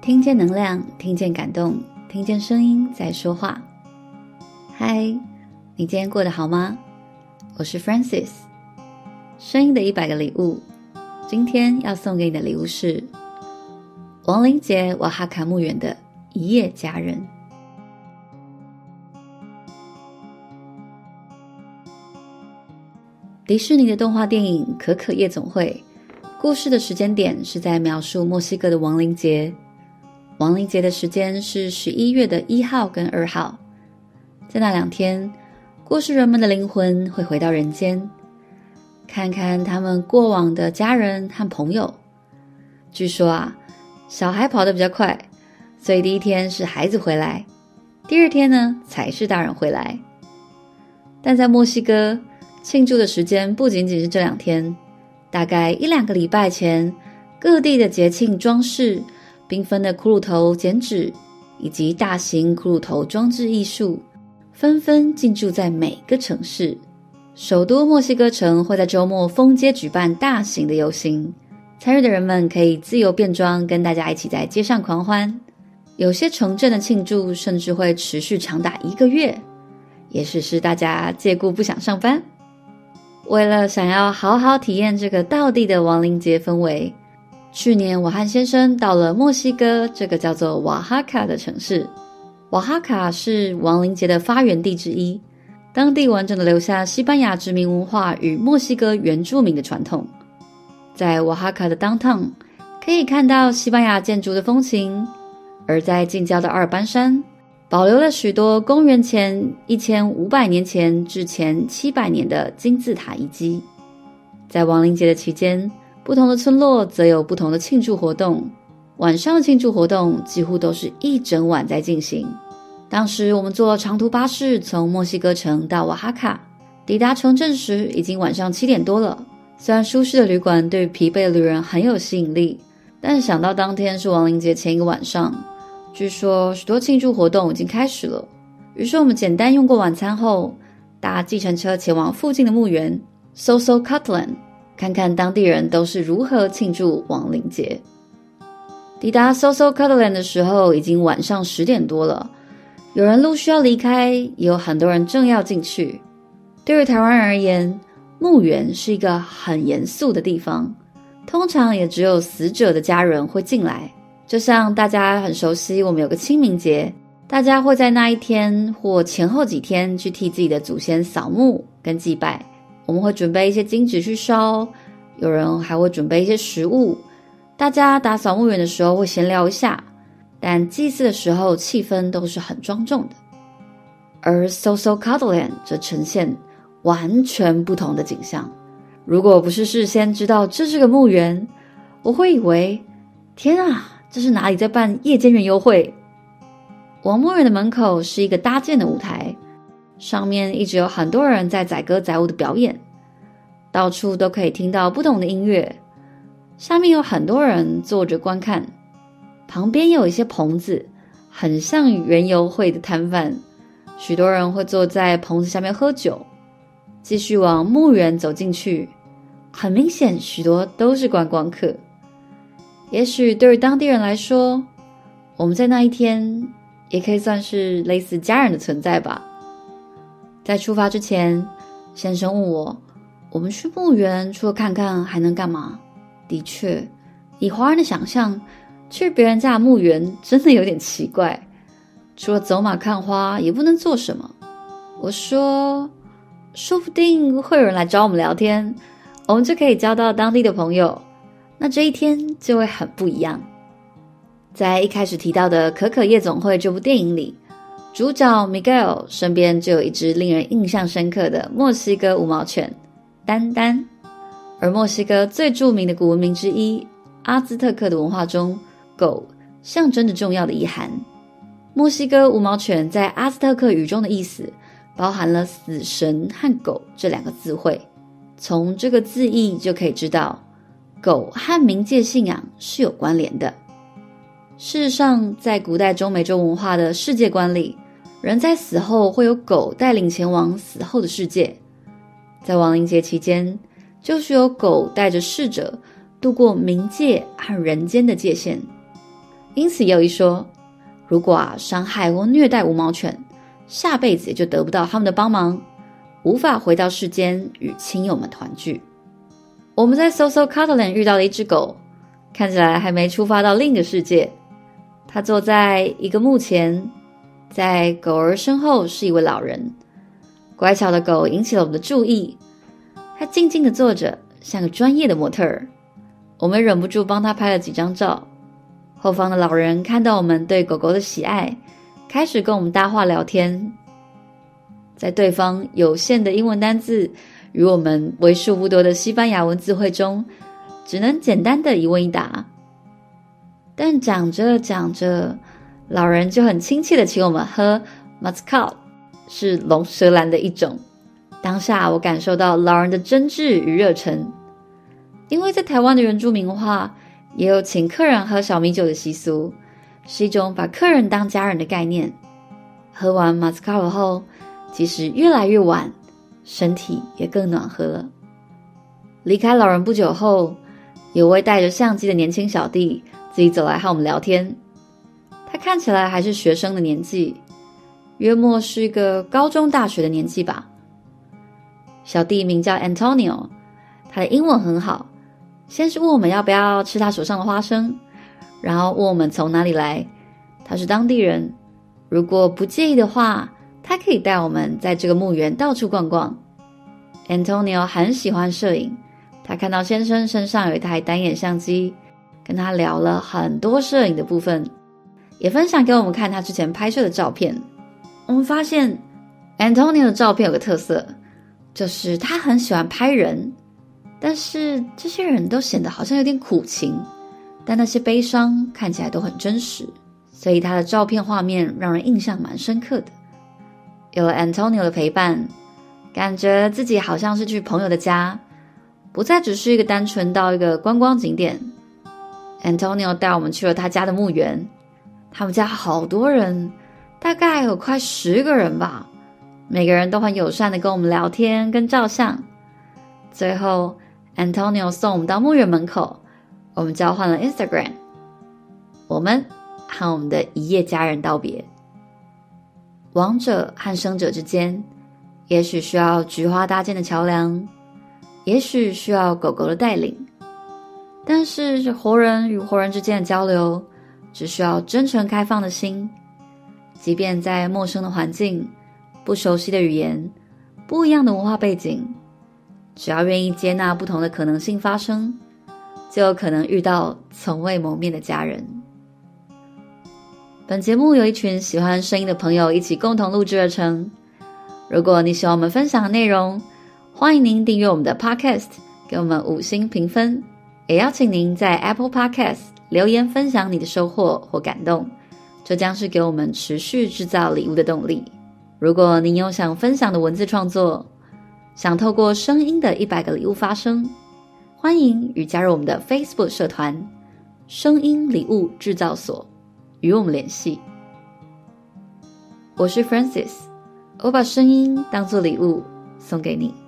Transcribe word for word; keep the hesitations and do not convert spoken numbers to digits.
听见能量，听见感动，听见声音在说话。嗨，你今天过得好吗？我是 Francis。 声音的一百个礼物，今天要送给你的礼物是亡灵节瓦哈卡墓园的一夜佳人。迪士尼的动画电影《可可夜总会》故事的时间点是在描述墨西哥的亡灵节。亡灵节的时间是十一月的一号跟二号，在那两天，过世人们的灵魂会回到人间，看看他们过往的家人和朋友。据说啊，小孩跑得比较快，所以第一天是孩子回来，第二天呢才是大人回来。但在墨西哥，庆祝的时间不仅仅是这两天，大概一两个礼拜前，各地的节庆装饰、缤纷的骷髅头剪纸以及大型骷髅头装置艺术纷纷进驻在每个城市。首都墨西哥城会在周末封街举办大型的游行，参与的人们可以自由变装，跟大家一起在街上狂欢。有些城镇的庆祝甚至会持续长达一个月，也使是大家借故不想上班。为了想要好好体验这个道地的亡灵节氛围，去年我和先生到了墨西哥这个叫做瓦哈卡的城市。瓦哈卡是亡灵节的发源地之一，当地完整的留下西班牙殖民文化与墨西哥原住民的传统。在瓦哈卡的 downtown 可以看到西班牙建筑的风情，而在近郊的阿尔班山保留了许多公元前一千五百年前至前七百年的金字塔遗迹。在亡灵节的期间，不同的村落则有不同的庆祝活动，晚上的庆祝活动几乎都是一整晚在进行。当时我们坐长途巴士从墨西哥城到瓦哈卡，抵达城镇时已经晚上七点多了。虽然舒适的旅馆对疲惫的旅人很有吸引力，但是想到当天是亡灵节前一个晚上，据说许多庆祝活动已经开始了。于是我们简单用过晚餐后，搭计程车前往附近的墓园 Xochicotlan， 看看当地人都是如何庆祝亡灵节。抵达 Xochicotlan 的时候已经晚上十点多了，有人陆续要离开，也有很多人正要进去。对于台湾人而言，墓园是一个很严肃的地方，通常也只有死者的家人会进来。就像大家很熟悉，我们有个清明节，大家会在那一天或前后几天去替自己的祖先扫墓跟祭拜。我们会准备一些金纸去烧，有人还会准备一些食物。大家打扫墓园的时候会闲聊一下，但祭祀的时候气氛都是很庄重的。而 Xochicotlan 则呈现完全不同的景象。如果不是事先知道这是个墓园，我会以为天啊，这是哪里在办夜间园游会？往墓园的门口是一个搭建的舞台，上面一直有很多人在载歌载舞的表演，到处都可以听到不同的音乐。下面有很多人坐着观看，旁边有一些棚子，很像园游会的摊贩，许多人会坐在棚子下面喝酒。继续往墓园走进去，很明显许多都是观光客。也许对于当地人来说，我们在那一天也可以算是类似家人的存在吧。在出发之前，先生问我，我们去墓园除了看看还能干嘛？的确，以华人的想象，去别人家的墓园真的有点奇怪，除了走马看花也不能做什么。我说，说不定会有人来找我们聊天，我们就可以交到当地的朋友，那这一天就会很不一样。在一开始提到的《可可夜总会》这部电影里，主角 Miguel 身边就有一只令人印象深刻的墨西哥无毛犬丹丹。而墨西哥最著名的古文明之一阿兹特克的文化中，狗象征着重要的意涵。墨西哥无毛犬在阿兹特克语中的意思包含了死神和狗这两个字汇，从这个字义就可以知道狗和冥界信仰是有关联的。事实上，在古代中美洲文化的世界观里，人在死后会有狗带领前往死后的世界。在亡灵节期间，就是由狗带着逝者度过冥界和人间的界限。 因此也有一说，如果啊伤害或虐待无毛犬，下辈子也就得不到他们的帮忙，无法回到世间与亲友们团聚。我们在 So So Catalan 遇到了一只狗，看起来还没出发到另一个世界。它坐在一个墓前，在狗儿身后是一位老人。乖巧的狗引起了我们的注意，它静静地坐着，像个专业的模特儿。我们忍不住帮它拍了几张照。后方的老人看到我们对狗狗的喜爱，开始跟我们搭话聊天。在对方有限的英文单字与我们为数不多的西班牙文字汇中，只能简单的一问一答。但讲着讲着，老人就很亲切的请我们喝 Mezcal， 是龙舌兰的一种。当下我感受到老人的真挚与热忱，因为在台湾的原住民文化也有请客人喝小米酒的习俗，是一种把客人当家人的概念。喝完 Mezcal 后，即使越来越晚，身体也更暖和了。离开老人不久后，有位带着相机的年轻小弟自己走来和我们聊天。他看起来还是学生的年纪，约莫是一个高中大学的年纪吧。小弟名叫 Antonio， 他的英文很好，先是问我们要不要吃他手上的花生，然后问我们从哪里来，他是当地人，如果不介意的话，他可以带我们在这个墓园到处逛逛。 Antonio 很喜欢摄影，他看到先生身上有一台单眼相机，跟他聊了很多摄影的部分，也分享给我们看他之前拍摄的照片。我们发现 Antonio 的照片有个特色，就是他很喜欢拍人，但是这些人都显得好像有点苦情，但那些悲伤看起来都很真实，所以他的照片画面让人印象蛮深刻的。有了 Antonio 的陪伴，感觉自己好像是去朋友的家，不再只是一个单纯到一个观光景点。 Antonio 带我们去了他家的墓园，他们家好多人，大概有快十个人吧，每个人都很友善的跟我们聊天跟照相。最后 Antonio 送我们到墓园门口，我们交换了 Instagram， 我们和我们的一夜家人道别。亡者和生者之间，也许需要菊花搭建的桥梁，也许需要狗狗的带领，但是活人与活人之间的交流，只需要真诚开放的心。即便在陌生的环境，不熟悉的语言，不一样的文化背景，只要愿意接纳不同的可能性发生，就有可能遇到从未谋面的家人。本节目由一群喜欢声音的朋友一起共同录制而成。如果你喜欢我们分享的内容，欢迎您订阅我们的 Podcast， 给我们五星评分，也邀请您在 Apple Podcast 留言分享你的收获或感动，这将是给我们持续制造礼物的动力。如果您有想分享的文字创作，想透过声音的一百个礼物发声，欢迎与加入我们的 Facebook 社团声音礼物制造所，与我们联系。我是 Francis， 我把声音当作礼物送给你。